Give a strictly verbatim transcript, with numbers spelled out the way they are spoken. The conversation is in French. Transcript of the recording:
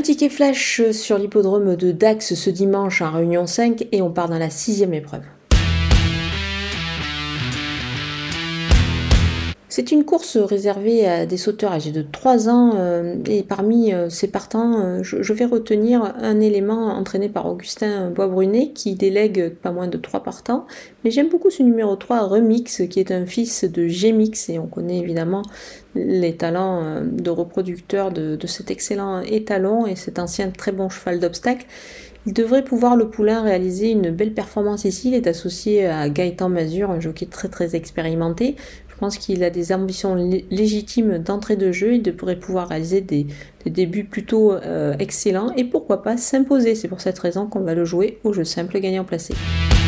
ticket flash sur l'hippodrome de Dax ce dimanche en Réunion cinq et on part dans la sixième épreuve. C'est une course réservée à des sauteurs âgés de trois ans euh, et parmi euh, ces partants, euh, je, je vais retenir un élément entraîné par Augustin Boisbrunet qui délègue pas moins de trois partants. Mais j'aime beaucoup ce numéro trois, Remix, qui est un fils de G-Mix et on connaît évidemment les talents euh, de reproducteur de, de cet excellent étalon et cet ancien très bon cheval d'obstacle. Il devrait pouvoir le poulain réaliser une belle performance ici. Il est associé à Gaëtan Mazur, un jockey très très expérimenté. Je pense qu'il a des ambitions lé- légitimes d'entrée de jeu. Il devrait pouvoir réaliser des, des débuts plutôt euh, excellents et pourquoi pas s'imposer. C'est pour cette raison qu'on va le jouer au jeu simple gagnant placé.